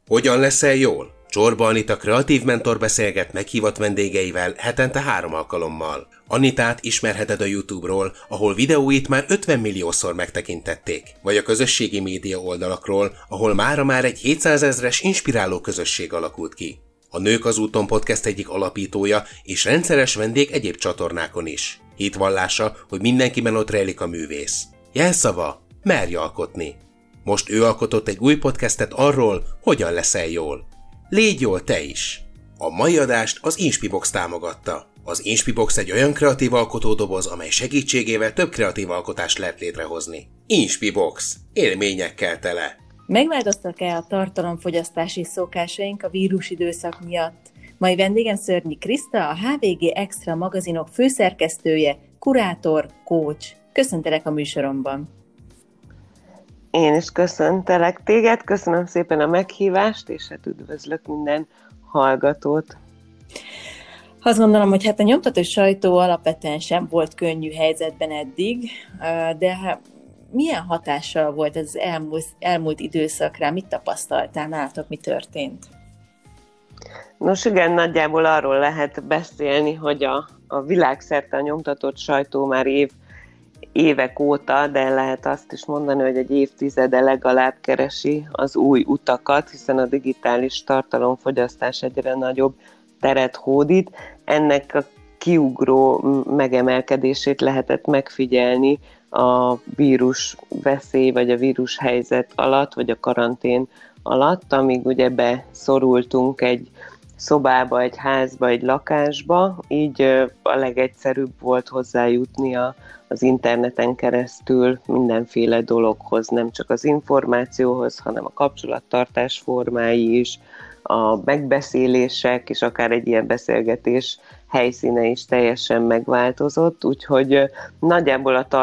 Hogyan leszel jól? Csorba Anita kreatív mentor beszélget meghívott vendégeivel hetente 3 alkalommal. Anitát ismerheted a YouTube-ról, ahol videóit már 50 milliószor megtekintették, vagy a közösségi média oldalakról, ahol mára már egy 700 000-es inspiráló közösség alakult ki. A Nők az úton podcast egyik alapítója és rendszeres vendég egyéb csatornákon is. Hitvallása, hogy mindenkiben ott rejlik a művész. Jelszava: merj alkotni. Most ő alkotott egy új podcastet arról, hogyan leszel jól. Légy jól te is! A mai adást az Inspibox támogatta. Az Inspibox egy olyan kreatív alkotódoboz, amely segítségével több kreatív alkotást lehet létrehozni. Inspibox. Élményekkel tele. Megváltoztak-e a tartalomfogyasztási szokásaink a vírusidőszak miatt? Mai vendégem Szörnyi Kriszta, a HVG Extra magazinok főszerkesztője, kurátor, coach. Köszöntelek a műsoromban! Én is köszöntelek téged, köszönöm szépen a meghívást, és hát üdvözlök minden hallgatót. Azt gondolom, hogy hát a nyomtatott sajtó alapvetően sem volt könnyű helyzetben eddig, de milyen hatással volt ez az elmúlt időszakra? Mit tapasztaltál? Nálatok mi történt? Nos igen, nagyjából arról lehet beszélni, hogy a világszerte a nyomtatott sajtó már évek óta, de lehet azt is mondani, hogy egy évtizede legalább keresi az új utakat, hiszen a digitális tartalomfogyasztás egyre nagyobb teret hódít. Ennek a kiugró megemelkedését lehetett megfigyelni a vírus veszély, vagy a vírus helyzet alatt, vagy a karantén alatt, amíg ugye beszorultunk egy szobába, egy házba, egy lakásba, így a legegyszerűbb volt hozzájutni az interneten keresztül mindenféle dologhoz, nem csak az információhoz, hanem a kapcsolattartás formái is, a megbeszélések, és akár egy ilyen beszélgetés helyszíne is teljesen megváltozott, úgyhogy nagyjából a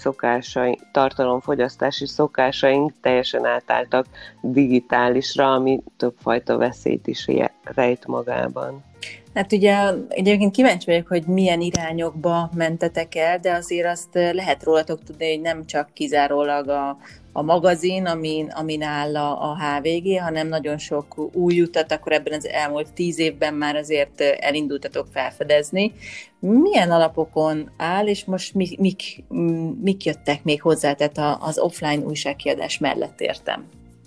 tartalomfogyasztási szokásaink teljesen átálltak digitálisra, ami többfajta veszélyt is rejt magában. Hát ugye egyébként kíváncsi vagyok, hogy milyen irányokba mentetek el, de azért azt lehet rólatok tudni, hogy nem csak kizárólag a magazin, amin áll a HVG, hanem nagyon sok új utat, akkor ebben az elmúlt 10 évben már azért elindultatok felfedezni. Milyen alapokon áll, és most mik jöttek még hozzá, tehát az offline újságkiadás mellett értem?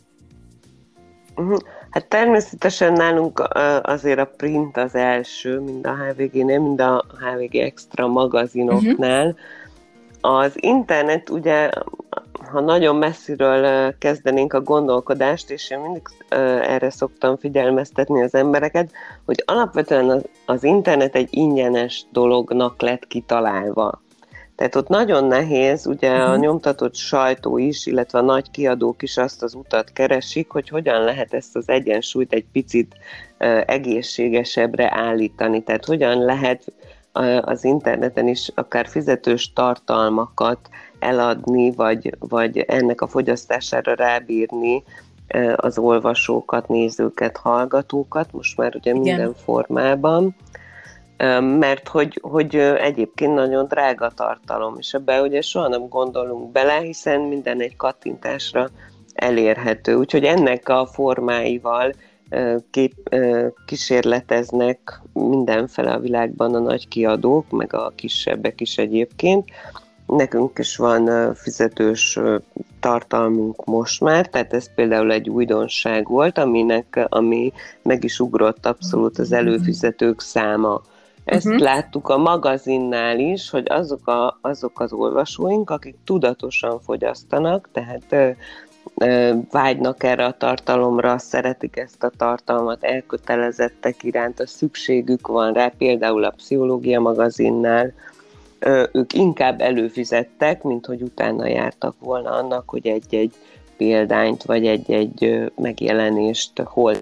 Hát természetesen nálunk azért a print az első, mind a HVG-nél, mind a HVG Extra magazinoknál. Az internet ugye, ha nagyon messziről kezdenénk a gondolkodást, és én mindig erre szoktam figyelmeztetni az embereket, hogy alapvetően az internet egy ingyenes dolognak lett kitalálva. Tehát ott nagyon nehéz, ugye a nyomtatott sajtó is, illetve a nagy kiadók is azt az utat keresik, hogy hogyan lehet ezt az egyensúlyt egy picit egészségesebbre állítani. Tehát hogyan lehet az interneten is akár fizetős tartalmakat eladni, vagy ennek a fogyasztására rábírni az olvasókat, nézőket, hallgatókat, most már ugye minden formában. Mert hogy egyébként nagyon drága tartalom, és ebben ugye soha nem gondolunk bele, hiszen minden egy kattintásra elérhető. Úgyhogy ennek a formáival kísérleteznek mindenfele a világban a nagy kiadók, meg a kisebbek is egyébként. Nekünk is van fizetős tartalmunk most már, tehát ez például egy újdonság volt, ami meg is ugrott abszolút az előfizetők száma. Ezt láttuk a magazinnál is, hogy azok az olvasóink, akik tudatosan fogyasztanak, tehát vágynak erre a tartalomra, szeretik ezt a tartalmat, elkötelezettek iránt, a szükségük van rá, például a Pszichológia magazinnál, ők inkább előfizettek, mint hogy utána jártak volna annak, hogy egy példányt, vagy egy megjelenést hol.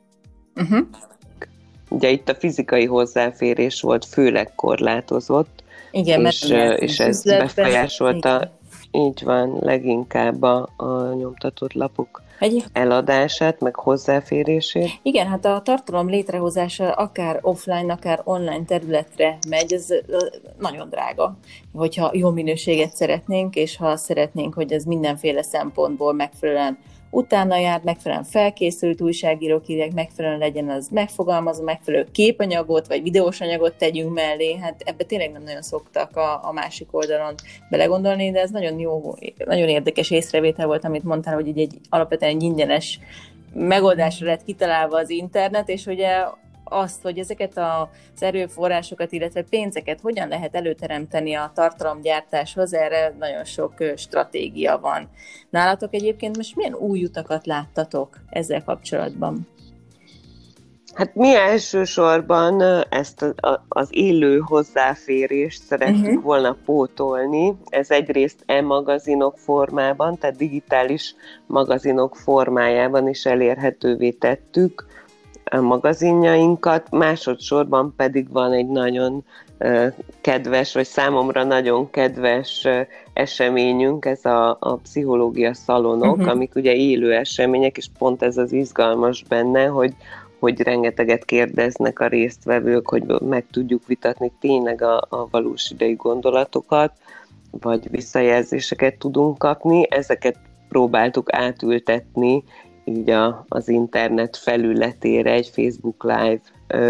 Ugye itt a fizikai hozzáférés volt főleg korlátozott, igen, és ez befolyásolta, így van, leginkább a nyomtatott lapok eladását, meg hozzáférését. Igen, hát a tartalom létrehozása akár offline, akár online területre megy, ez nagyon drága, hogyha jó minőséget szeretnénk, és ha szeretnénk, hogy ez mindenféle szempontból megfelelően utána jár, megfelelően felkészült újságírók írják, megfelelően legyen az megfogalmazva, megfelelő képanyagot, vagy videós anyagot tegyünk mellé, hát ebbe tényleg nem nagyon szoktak a másik oldalon belegondolni, de ez nagyon jó, nagyon érdekes észrevétel volt, amit mondtál, hogy egy alapvetően egy ingyenes megoldásra lett kitalálva az internet, és ugye azt, hogy ezeket az erőforrásokat, illetve pénzeket hogyan lehet előteremteni a tartalomgyártáshoz, erre nagyon sok stratégia van. Nálatok egyébként most milyen új utakat láttatok ezzel kapcsolatban? Hát mi elsősorban ezt az élő hozzáférést szerettük volna pótolni. Ez egyrészt e-magazinok formában, tehát digitális magazinok formájában is elérhetővé tettük a magazinjainkat, másodszorban pedig van egy nagyon kedves, vagy számomra nagyon kedves eseményünk, ez a pszichológia szalonok, amik ugye élő események, és pont ez az izgalmas benne, hogy rengeteget kérdeznek a résztvevők, hogy meg tudjuk vitatni tényleg a valós idei gondolatokat, vagy visszajelzéseket tudunk kapni. Ezeket próbáltuk átültetni így az internet felületére, egy Facebook Live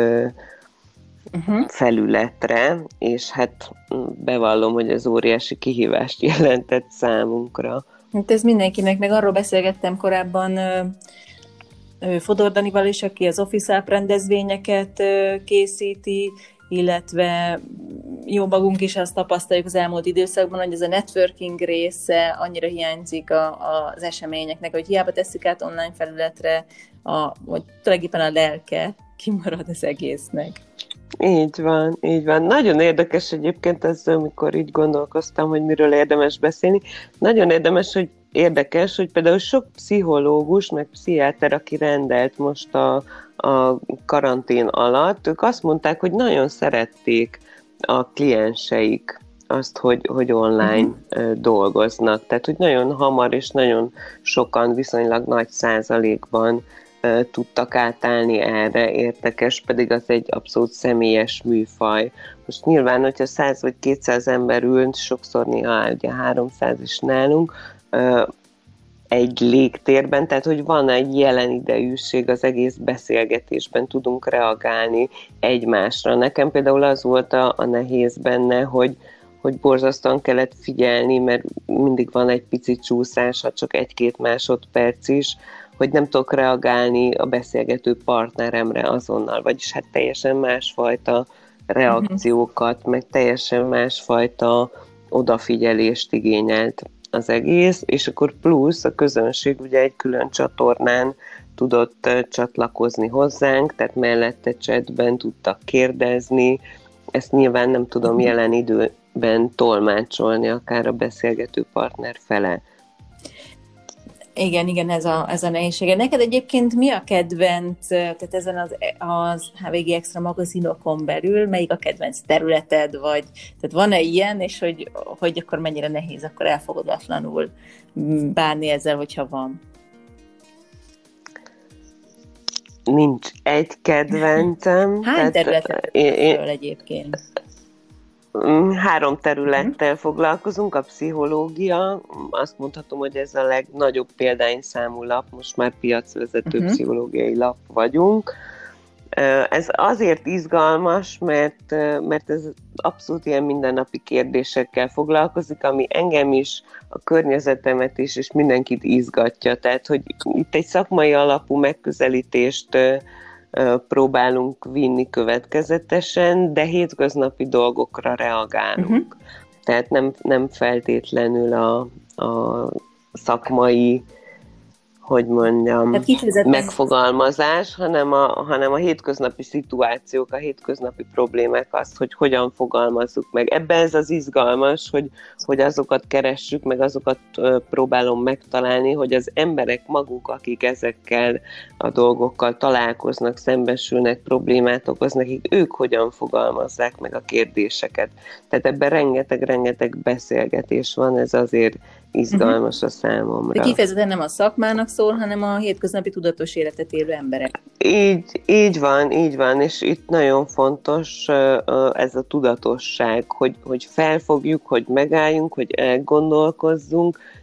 felületre, és hát bevallom, hogy ez óriási kihívást jelentett számunkra. Hát ez mindenkinek, meg arról beszélgettem korábban Fodor Danival is, aki az Office App rendezvényeket készíti, illetve jó magunk is azt tapasztaljuk az elmúlt időszakban, hogy ez a networking része annyira hiányzik az eseményeknek, hogy hiába tesszük át online felületre, hogy tulajdonképpen a lelke kimarad az egésznek. Így van, így van. Nagyon érdekes egyébként ez, amikor így gondolkoztam, hogy miről érdemes beszélni. Nagyon érdekes, hogy például sok pszichológus, meg pszichiáter, aki rendelt most a karantén alatt, ők azt mondták, hogy nagyon szerették a klienseik azt, hogy online dolgoznak. Tehát, hogy nagyon hamar és nagyon sokan, viszonylag nagy százalékban tudtak átállni erre, érdekes, pedig az egy abszolút személyes műfaj. Most nyilván, hogyha 100 vagy 200 ember ül, sokszor néha ugye 300 is nálunk, egy légtérben, tehát hogy van egy jelen idejűség az egész beszélgetésben, tudunk reagálni egymásra. Nekem például az volt a nehéz benne, hogy borzasztóan kellett figyelni, mert mindig van egy pici csúszás, ha csak 1-2 másodperc is, hogy nem tudok reagálni a beszélgető partneremre azonnal, vagyis hát teljesen másfajta reakciókat, meg teljesen másfajta odafigyelést igényelt az egész, és akkor plusz a közönség ugye egy külön csatornán tudott csatlakozni hozzánk, tehát mellette chatben tudtak kérdezni, ezt nyilván nem tudom jelen időben tolmácsolni akár a beszélgető partner fele. Igen, ez a nehézsége. Neked egyébként mi a kedvenc, tehát ezen az HVG Extra magazinokon belül, melyik a kedvenc területed, vagy tehát van-e ilyen, és hogy akkor mennyire nehéz akkor elfogadatlanul bánni ezzel, hogyha van? Nincs egy kedvencem. Hány területet egyébként? 3 területtel foglalkozunk, a pszichológia, azt mondhatom, hogy ez a legnagyobb példányszámú lap, most már piacvezető pszichológiai lap vagyunk. Ez azért izgalmas, mert ez abszolút ilyen mindennapi kérdésekkel foglalkozik, ami engem is, a környezetemet is, és mindenkit izgatja. Tehát, hogy itt egy szakmai alapú megközelítést próbálunk vinni következetesen, de hétköznapi dolgokra reagálunk. Tehát nem feltétlenül a szakmai, hogy mondjam, megfogalmazás, hanem a hétköznapi szituációk, a hétköznapi problémák, az, hogy hogyan fogalmazzuk meg. Ebben ez az izgalmas, hogy azokat keressük, meg azokat próbálom megtalálni, hogy az emberek maguk, akik ezekkel a dolgokkal találkoznak, szembesülnek, problémát okoznak, ők hogyan fogalmazzák meg a kérdéseket. Tehát ebben rengeteg beszélgetés van, ez azért izgalmas a számomra. De kifejezetten nem a szakmának szól, hanem a hétköznapi tudatos életet élő emberek. Így van, és itt nagyon fontos ez a tudatosság, hogy felfogjuk, hogy megálljunk, hogy elgondolkozzunk,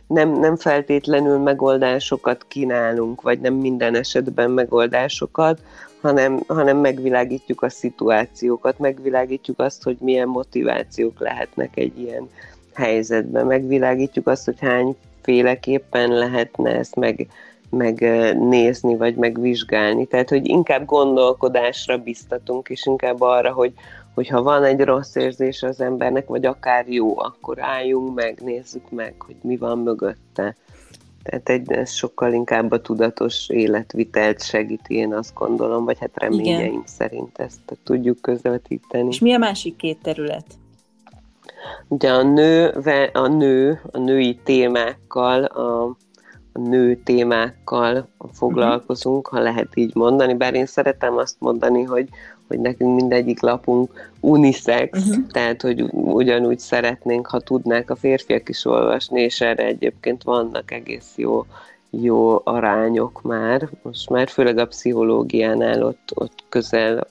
nem feltétlenül megoldásokat kínálunk, vagy nem minden esetben megoldásokat, hanem megvilágítjuk a szituációkat, megvilágítjuk azt, hogy milyen motivációk lehetnek egy ilyen helyzetben, megvilágítjuk azt, hogy hányféleképpen lehetne ezt megnézni, vagy megvizsgálni. Tehát, hogy inkább gondolkodásra biztatunk, és inkább arra, hogy ha van egy rossz érzés az embernek, vagy akár jó, akkor álljunk meg, nézzük meg, hogy mi van mögötte. Tehát ez sokkal inkább a tudatos életvitelt segíti, én azt gondolom, vagy hát reményeim szerint ezt tudjuk közvetíteni. És mi a másik két terület? Ugye a női témákkal, a nő témákkal foglalkozunk, ha lehet így mondani, bár én szeretem azt mondani, hogy nekünk mindegyik lapunk unisex, tehát hogy ugyanúgy szeretnénk, ha tudnák a férfiak is olvasni, és erre egyébként vannak egész jó arányok már. Most már főleg a pszichológiánál ott közel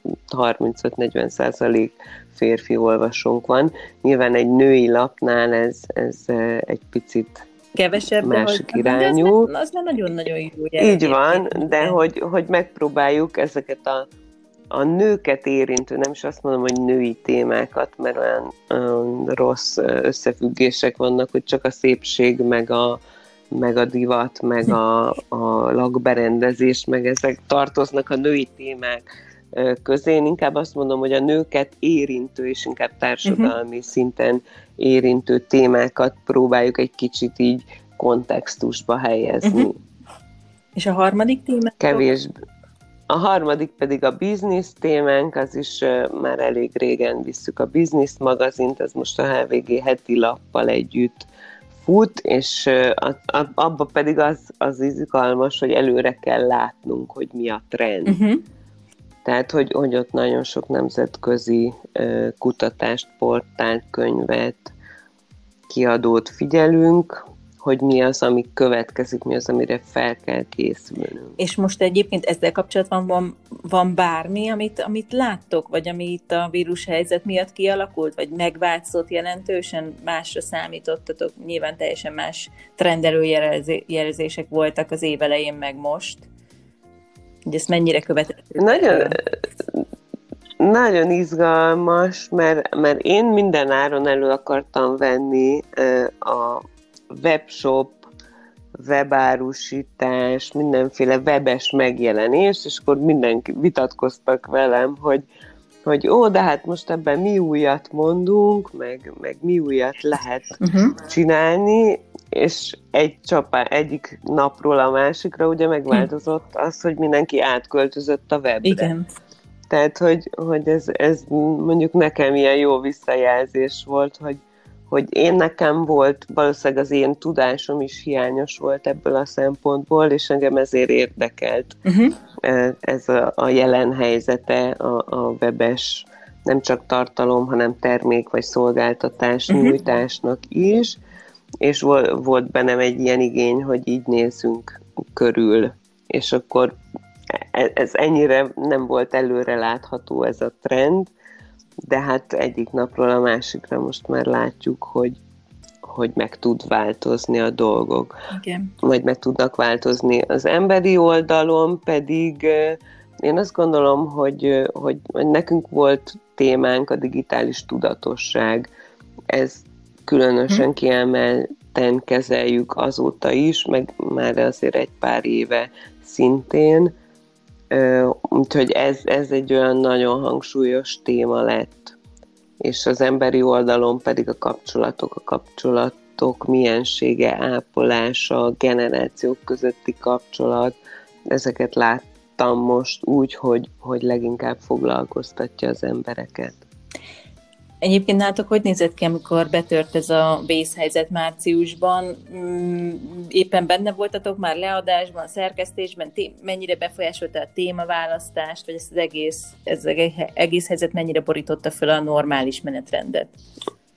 35-40% férfi olvasónk van. Nyilván egy női lapnál ez egy picit kevesebb, másik irányú. Az már nagyon-nagyon jó. Így van, de hogy megpróbáljuk ezeket a nőket érintő, nem is azt mondom, hogy női témákat, mert olyan rossz összefüggések vannak, hogy csak a szépség, meg a divat, meg a lakberendezés, meg ezek tartoznak a női témák közé. Én inkább azt mondom, hogy a nőket érintő, és inkább társadalmi szinten érintő témákat próbáljuk egy kicsit így kontextusba helyezni. És a harmadik témák? Kevésbé. A harmadik pedig a biznisz témánk, az is már elég régen visszük a biznisz magazint, ez most a HVG heti lappal együtt fut, és abba pedig az izgalmas, hogy előre kell látnunk, hogy mi a trend. Tehát, hogy ott nagyon sok nemzetközi kutatást, portált, könyvet, kiadót figyelünk, hogy mi az, ami következik, mi az, amire fel kell készülnünk. És most egyébként ezzel kapcsolatban van bármi, amit láttok, vagy ami itt a vírushelyzet miatt kialakult, vagy megváltozott jelentősen, másra számítottatok, nyilván teljesen más trendelőjelzések voltak az év elején, meg most. Ugye ezt mennyire követettük? Nagyon izgalmas, mert én minden áron elő akartam venni a webshop, webárusítás, mindenféle webes megjelenés, és akkor mindenki vitatkoztak velem, hogy de hát most ebben mi újat mondunk, meg mi újat lehet csinálni, és egyik napról a másikra ugye megváltozott az, hogy mindenki átköltözött a webre. Igen. Tehát, hogy ez mondjuk nekem ilyen jó visszajelzés volt, hogy nekem volt, valószínűleg az én tudásom is hiányos volt ebből a szempontból, és engem ezért érdekelt ez a jelen helyzete a webes, nem csak tartalom, hanem termék vagy szolgáltatás nyújtásnak is, és volt bennem egy ilyen igény, hogy így nézzünk körül, és akkor ez ennyire nem volt előre látható ez a trend, de hát egyik napról a másikra most már látjuk, hogy meg tud változni a dolgok. Igen. Vagy meg tudnak változni. Az emberi oldalon pedig én azt gondolom, hogy nekünk volt témánk a digitális tudatosság. Ez különösen kiemelten kezeljük azóta is, meg már azért egy pár éve szintén. Úgyhogy ez egy olyan nagyon hangsúlyos téma lett. És az emberi oldalon pedig a kapcsolatok miensége, ápolása, generációk közötti kapcsolat, ezeket láttam most úgy, hogy leginkább foglalkoztatja az embereket. Egyébként nálatok hogy nézett ki, amikor betört ez a vészhelyzet márciusban? Éppen benne voltatok már leadásban, szerkesztésben? Mennyire befolyásolta a témaválasztást, vagy ez az egész helyzet mennyire borította fel a normális menetrendet?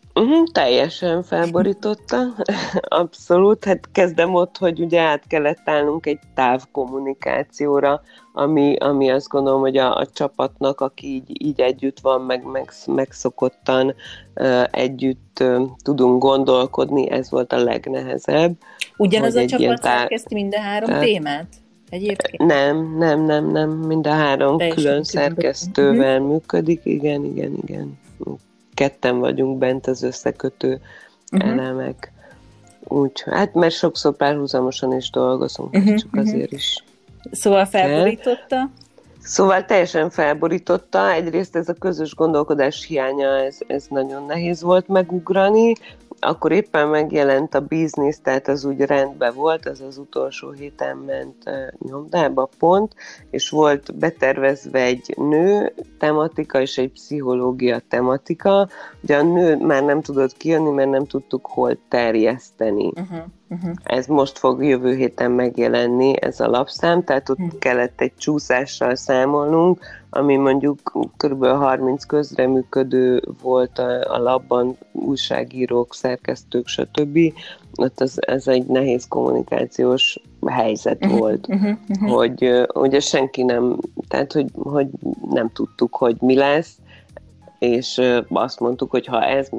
Teljesen felborította, abszolút. Hát kezdem ott, hogy ugye át kellett állnunk egy távkommunikációra, ami azt gondolom, hogy a csapatnak, aki így együtt van, megszokottan együtt tudunk gondolkodni, ez volt a legnehezebb. Ugyanaz a csapat szerkeszti mind a 3 témát? Egyébként? Nem, mind a 3 külön szerkesztővel működik, igen. Ketten vagyunk bent az összekötő elemek. Úgyhogy, hát mert sokszor párhuzamosan is dolgozunk, csak azért is. Szóval felborította? Szóval teljesen felborította. Egyrészt ez a közös gondolkodás hiánya, ez nagyon nehéz volt megugrani. Akkor éppen megjelent a biznisz, tehát az úgy rendben volt, az utolsó héten ment nyomdába pont, és volt betervezve egy nő tematika és egy pszichológia tematika. Ugye a nő már nem tudott kijönni, mert nem tudtuk hol terjeszteni. Ez most fog jövő héten megjelenni, ez a lapszám, tehát ott kellett egy csúszással számolnunk, ami mondjuk kb. 30 közreműködő volt a labban, újságírók, szerkesztők, stb. Ott ez egy nehéz kommunikációs helyzet volt, hogy ugye senki nem, tehát hogy nem tudtuk, hogy mi lesz, és azt mondtuk, hogy ha ez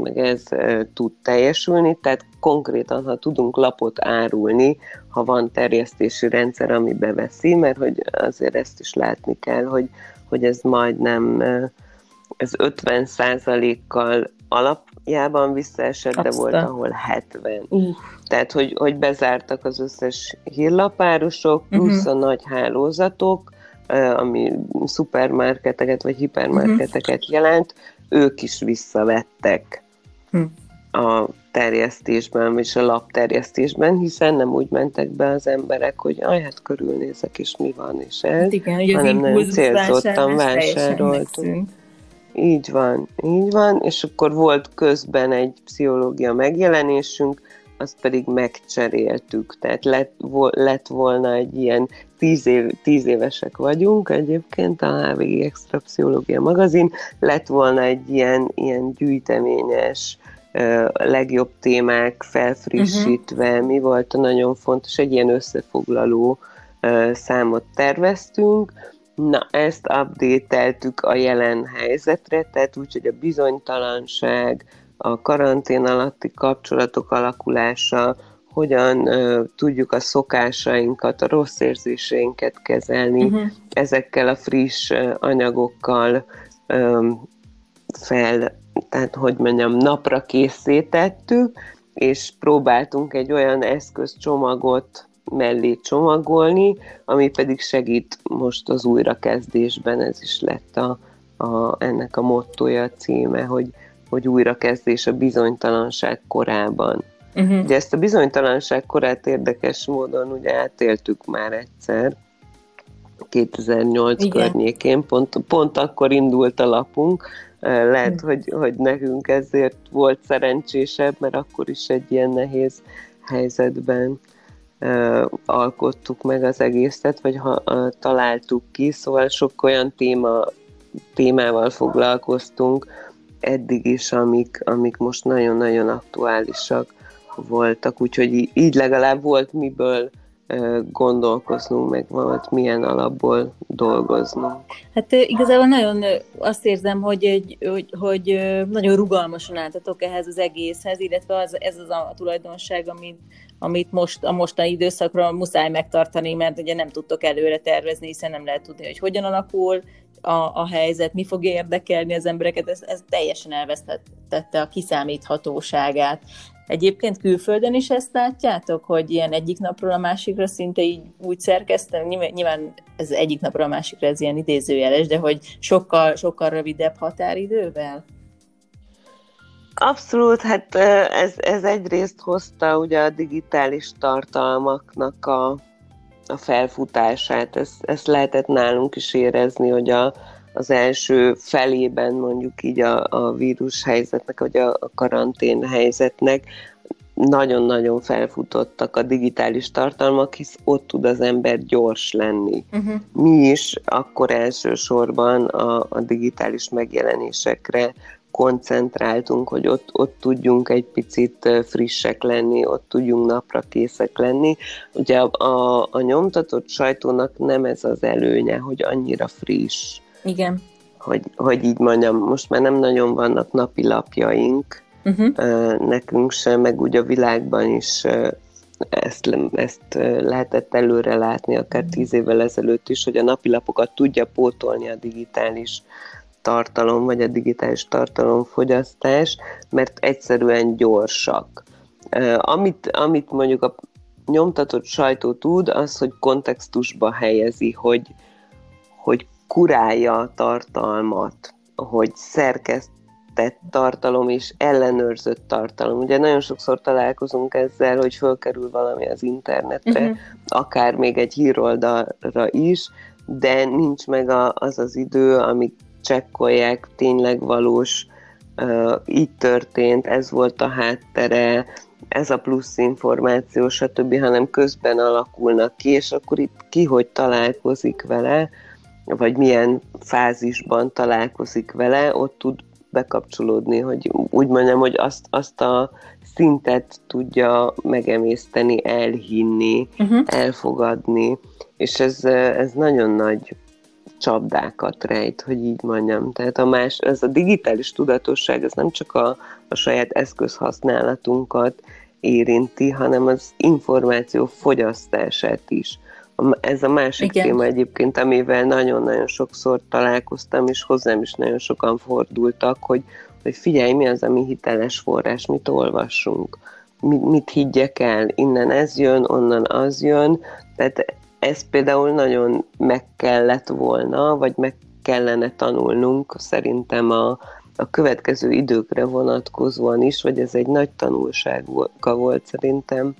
tud teljesülni, tehát konkrétan, ha tudunk lapot árulni, ha van terjesztési rendszer, ami beveszi, mert hogy azért ezt is látni kell, hogy ez majdnem, ez 50%-kal alapjában visszaesett, de volt, ahol 70. Tehát, hogy bezártak az összes hírlapárosok, plusz a nagy hálózatok, ami szupermarketeket vagy hipermarketeket jelent, ők is visszavettek a terjesztésben, és a lapterjesztésben, hiszen nem úgy mentek be az emberek, hogy hát körülnézek, és mi van, és ez, igen, hanem nagyon célzottan vásároltunk. Így van, és akkor volt közben egy pszichológia megjelenésünk, azt pedig megcseréltük, tehát lett volna egy ilyen 10 évesek vagyunk egyébként, a HVG Extra Pszichológia magazin, lett volna egy ilyen gyűjteményes, legjobb témák felfrissítve, mi volt a nagyon fontos, egy ilyen összefoglaló számot terveztünk. Na, ezt update-eltük a jelen helyzetre, tehát úgy, hogy a bizonytalanság, a karantén alatti kapcsolatok alakulása, hogyan tudjuk a szokásainkat, a rossz érzéseinket kezelni, ezekkel a friss anyagokkal tehát hogy mondjam, napra készítettük, és próbáltunk egy olyan eszközcsomagot mellé csomagolni, ami pedig segít most az újrakezdésben, ez is lett ennek a mottója, a címe, hogy újrakezdés a bizonytalanság korában. Ugye ezt a bizonytalanság korát érdekes módon ugye átéltük már egyszer, 2008 környékén, pont akkor indult a lapunk, lehet, hogy nekünk ezért volt szerencsésebb, mert akkor is egy ilyen nehéz helyzetben alkottuk meg az egészet, vagy találtuk ki, szóval sok olyan témával foglalkoztunk eddig is, amik most nagyon-nagyon aktuálisak voltak, úgyhogy így legalább volt miből gondolkoznunk, meg volt milyen alapból dolgoznunk. Hát igazából nagyon azt érzem, hogy nagyon rugalmasan álltatok ehhez az egészhez, illetve ez az a tulajdonság, amit most a mostani időszakra muszáj megtartani, mert ugye nem tudtok előre tervezni, hiszen nem lehet tudni, hogy hogyan alakul a helyzet, mi fog érdekelni az embereket, ez teljesen elvesztette a kiszámíthatóságát. Egyébként külföldön is ezt látjátok, hogy ilyen egyik napról a másikra szinte így úgy szerkesztenek, nyilván ez egyik napról a másikra ez ilyen idézőjeles, de hogy sokkal, sokkal rövidebb határidővel? Abszolút, hát ez egyrészt hozta ugye a digitális tartalmaknak a felfutását, ezt lehetett nálunk is érezni, hogy az első felében mondjuk így a vírus helyzetnek, vagy a karantén helyzetnek nagyon-nagyon felfutottak a digitális tartalmak, hisz ott tud az ember gyors lenni. Mi is akkor elsősorban a digitális megjelenésekre koncentráltunk, hogy ott tudjunk egy picit frissek lenni, ott tudjunk napra készek lenni. Ugye a nyomtatott sajtónak nem ez az előnye, hogy annyira friss. Igen. Hogy így mondjam, most már nem nagyon vannak napilapjaink, nekünk sem, meg úgy a világban is ezt lehetett előre látni, akár 10 évvel ezelőtt is, hogy a napilapokat tudja pótolni a digitális tartalom, vagy a digitális tartalomfogyasztás, mert egyszerűen gyorsak. Amit mondjuk a nyomtatott sajtó tud, az, hogy kontextusba helyezi, hogy kurálja a tartalmat, hogy szerkesztett tartalom és ellenőrzött tartalom. Ugye nagyon sokszor találkozunk ezzel, hogy fölkerül valami az internetre, akár még egy híroldalra is, de nincs meg az idő, amíg csekkolják, tényleg valós, így történt, ez volt a háttere, ez a plusz információ, stb., hanem közben alakulnak ki, és akkor itt ki hogy találkozik vele, vagy milyen fázisban találkozik vele, ott tud bekapcsolódni, hogy úgy mondjam, hogy azt a szintet tudja megemészteni, elhinni, elfogadni, és ez nagyon nagy csapdákat rejt, hogy így mondjam. Tehát ez a digitális tudatosság, ez nem csak a saját eszközhasználatunkat érinti, hanem az információ fogyasztását is. Ez a másik téma egyébként, amivel nagyon-nagyon sokszor találkoztam, és hozzám is nagyon sokan fordultak, hogy figyelj, mi az, ami hiteles forrás, mit olvassunk, mit higgyek el, innen ez jön, onnan az jön, tehát ez például nagyon meg kellett volna, vagy meg kellene tanulnunk szerintem a következő időkre vonatkozóan is, vagy ez egy nagy tanulsága volt szerintem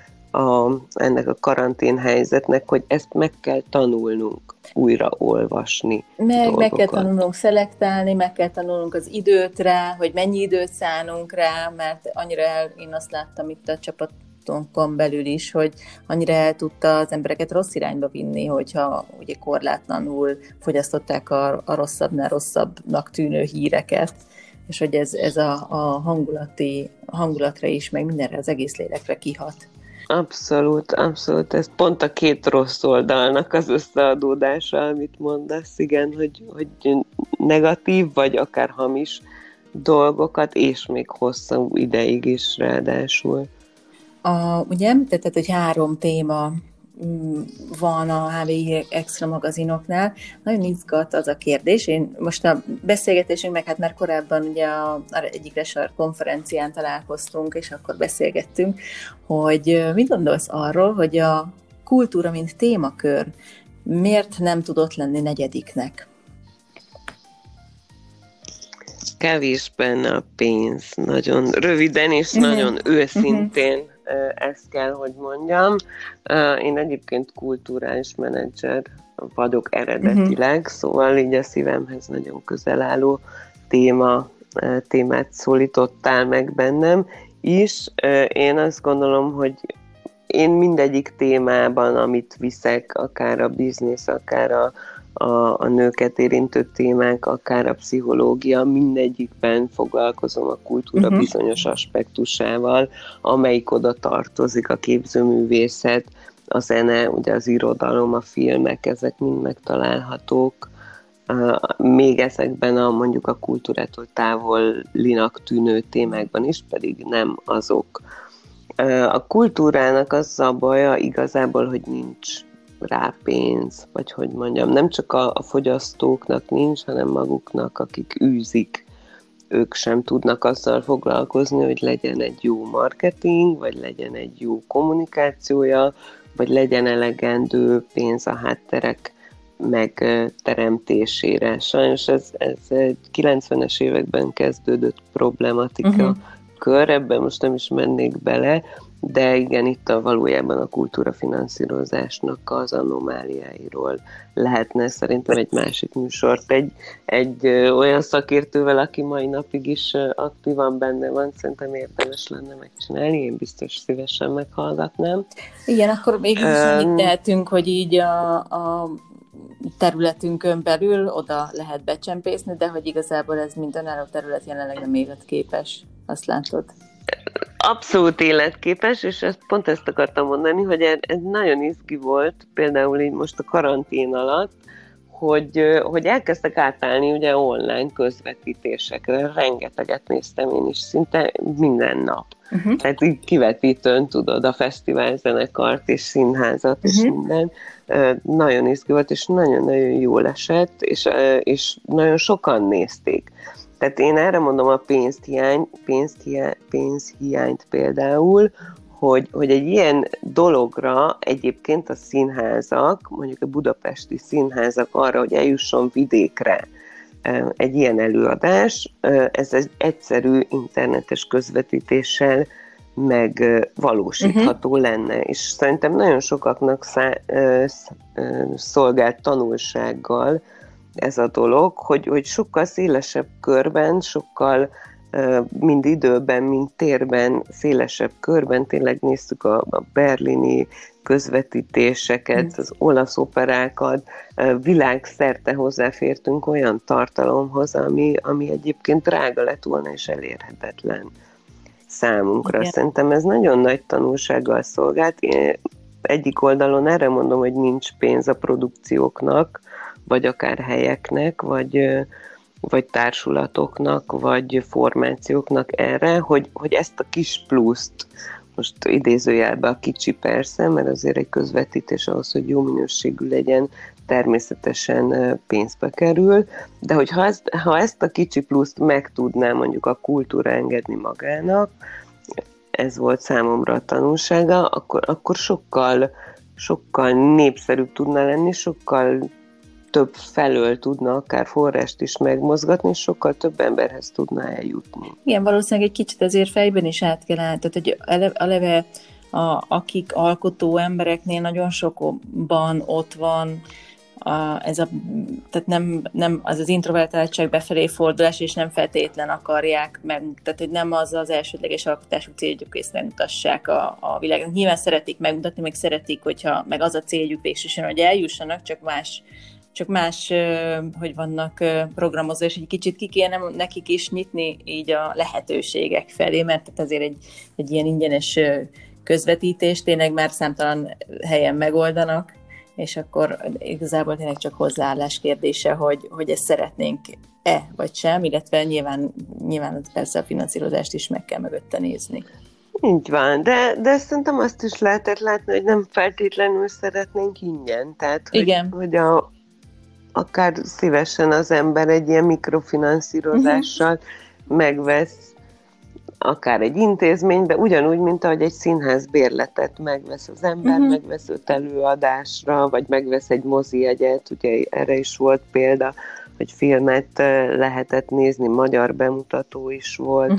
ennek a karantén helyzetnek, hogy ezt meg kell tanulnunk, újra olvasni. Meg kell tanulnunk szelektálni, meg kell tanulnunk az időt rá, hogy mennyi időt szánunk rá, mert annyira én azt láttam itt a csapatonkon belül is, hogy annyira el tudta az embereket rossz irányba vinni, hogyha ugye korlátlanul fogyasztották a rosszabbnál rosszabbnak tűnő híreket, és hogy ez a hangulatra is, meg mindenre, az egész lélekre kihat. Abszolút. Ez pont a két rossz oldalnak az összeadódása, amit mondasz, igen, hogy negatív, vagy akár hamis dolgokat, és még hosszú ideig is ráadásul. Ugye említetted, hogy 3 téma van a HVI Extra magazinoknál. Nagyon izgat az a kérdés. Én most a beszélgetésünk, meg hát már korábban ugye egyik Resart konferencián találkoztunk, és akkor beszélgettünk, hogy mit gondolsz arról, hogy a kultúra, mint témakör miért nem tudott lenni 4. Kevés benne a pénz, nagyon röviden és nagyon őszintén. Ezt kell, hogy mondjam. Én egyébként kulturális menedzser vagyok eredetileg, szóval így a szívemhez nagyon közel álló témát szólítottál meg bennem is. Én azt gondolom, hogy én mindegyik témában, amit viszek, akár a biznisz, akár a nőket érintő témák, akár a pszichológia, mindegyikben foglalkozom a kultúra bizonyos aspektusával, amelyik oda tartozik, a képzőművészet, a zene, ugye az irodalom, a filmek, ezek mind megtalálhatók. Még ezekben mondjuk a kultúrától távolinak tűnő témákban is, pedig nem azok. A kultúrának az a baja igazából, hogy nincs rá pénz, vagy hogy mondjam, nem csak a fogyasztóknak nincs, hanem maguknak, akik űzik, ők sem tudnak azzal foglalkozni, hogy legyen egy jó marketing, vagy legyen egy jó kommunikációja, vagy legyen elegendő pénz a hátterek megteremtésére. Sajnos ez 90-es években kezdődött problematika kör, ebben most nem is mennék bele, de igen, itt valójában a kultúrafinanszírozásnak az anomáliáiról lehetne szerintem egy másik műsort, egy olyan szakértővel, aki mai napig is aktívan benne van, szerintem érdemes lenne megcsinálni, én biztos szívesen meghallgatnám. Igen, akkor még is így tehetünk, hogy így a területünkön belül oda lehet becsempészni, de hogy igazából ez mint önálló terület jelenleg nem életképes. Azt látod? Abszolút életképes, és pont ezt akartam mondani, hogy ez nagyon izgi volt, például így most a karantén alatt, hogy elkezdtek átállni ugye online közvetítésekre, rengeteget néztem én is, szinte minden nap. Tehát így kivetítőn tudod a fesztiválzenekart és színházat és minden. Nagyon izgi volt, és nagyon-nagyon jól esett, és nagyon sokan nézték. Tehát én erre mondom a pénzhiányt például, hogy egy ilyen dologra egyébként a színházak, mondjuk a budapesti színházak arra, hogy eljusson vidékre egy ilyen előadás, ez egy egyszerű internetes közvetítéssel megvalósítható lenne. És szerintem nagyon sokaknak szolgált tanulsággal ez a dolog, hogy sokkal szélesebb körben, sokkal mind időben, mind térben, szélesebb körben tényleg néztük a berlini közvetítéseket, az olasz operákat, világszerte hozzáfértünk olyan tartalomhoz, ami egyébként drága lett volna és elérhetetlen számunkra. Igen. Szerintem ez nagyon nagy tanulsággal szolgált. Én egyik oldalon erre mondom, hogy nincs pénz a produkcióknak, vagy akár helyeknek, vagy társulatoknak, vagy formációknak erre, hogy ezt a kis pluszt, most idézőjelben a kicsi persze, mert azért egy közvetítés ahhoz, hogy jó minőségű legyen, természetesen pénzbe kerül, de hogy ha ezt a kicsi pluszt meg tudná mondjuk a kultúra engedni magának, ez volt számomra a tanulsága, akkor sokkal népszerűbb tudna lenni, sokkal több felől tudna akár forrást is megmozgatni, és sokkal több emberhez tudna eljutni. Igen, valószínűleg egy kicsit azért fejben is át kell állni, tehát hogy eleve akik alkotó embereknél nagyon sokban ott van tehát nem az introvertáltság befelé fordulás, és nem feltétlen akarják meg, tehát hogy nem az elsődleges alkotásuk céljuk, hogy ezt megmutassák a világnak. Nyilván szeretik megmutatni, meg szeretik, meg az a céljuk végsősorban, hogy eljussanak, csak más, hogy vannak programozva, és egy kicsit ki kéne nekik is nyitni így a lehetőségek felé, mert azért egy ilyen ingyenes közvetítés tényleg már számtalan helyen megoldanak, és akkor igazából tényleg csak hozzáállás kérdése, hogy ezt szeretnénk-e, vagy sem, illetve nyilván persze a finanszírozást is meg kell mögötte nézni. Így van, de szerintem azt is lehetett látni, hogy nem feltétlenül szeretnénk ingyen, tehát hogy akár szívesen az ember egy ilyen mikrofinanszírozással megvesz akár egy intézménybe, ugyanúgy, mint ahogy egy színház bérletet megvesz az ember, megvesz 5 előadásra, vagy megvesz egy mozijegyet, ugye erre is volt példa, hogy filmet lehetett nézni, magyar bemutató is volt.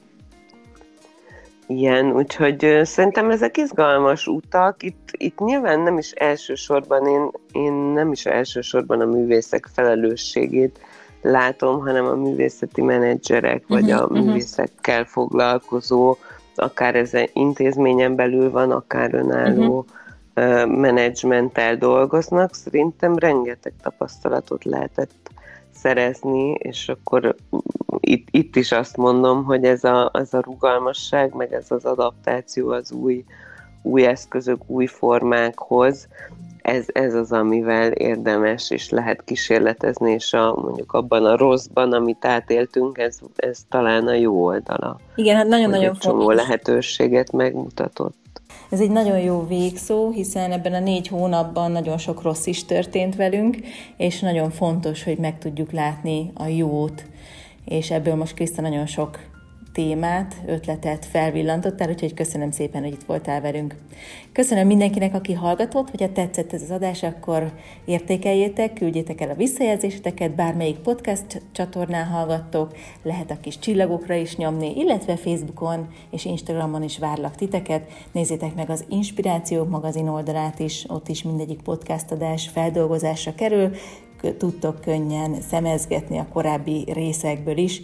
Ilyen, úgyhogy szerintem ezek izgalmas utak. Itt nyilván nem is elsősorban, én nem is elsősorban a művészek felelősségét látom, hanem a művészeti menedzserek, vagy a művészekkel foglalkozó, akár ez intézményen belül van, akár önálló menedzsmenttel dolgoznak. Szerintem rengeteg tapasztalatot lehetett szerezni, és akkor itt is azt mondom, hogy ez a rugalmasság, meg ez az adaptáció az új eszközök, új formákhoz, ez az, amivel érdemes és lehet kísérletezni, és mondjuk abban a rosszban, amit átéltünk, ez talán a jó oldala. Igen, hát nagyon-nagyon csomó lehetőséget megmutatott. Ez egy nagyon jó végszó, hiszen ebben a 4 hónapban nagyon sok rossz is történt velünk, és nagyon fontos, hogy meg tudjuk látni a jót, és ebből most Kriszta nagyon sok témát, ötletet felvillantottál, úgyhogy köszönöm szépen, hogy itt voltál velünk. Köszönöm mindenkinek, aki hallgatott, hogyha tetszett ez az adás, akkor értékeljétek, küldjétek el a visszajelzéseteket, bármelyik podcast csatornán hallgattok, lehet a kis csillagokra is nyomni, illetve Facebookon és Instagramon is várlak titeket. Nézzétek meg az Inspirációk magazin oldalát is, ott is mindegyik podcast adás feldolgozásra kerül, tudtok könnyen szemezgetni a korábbi részekből is.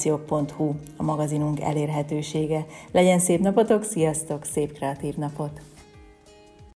Inspirációk.hu a magazinunk elérhetősége. Legyen szép napotok, sziasztok, szép kreatív napot!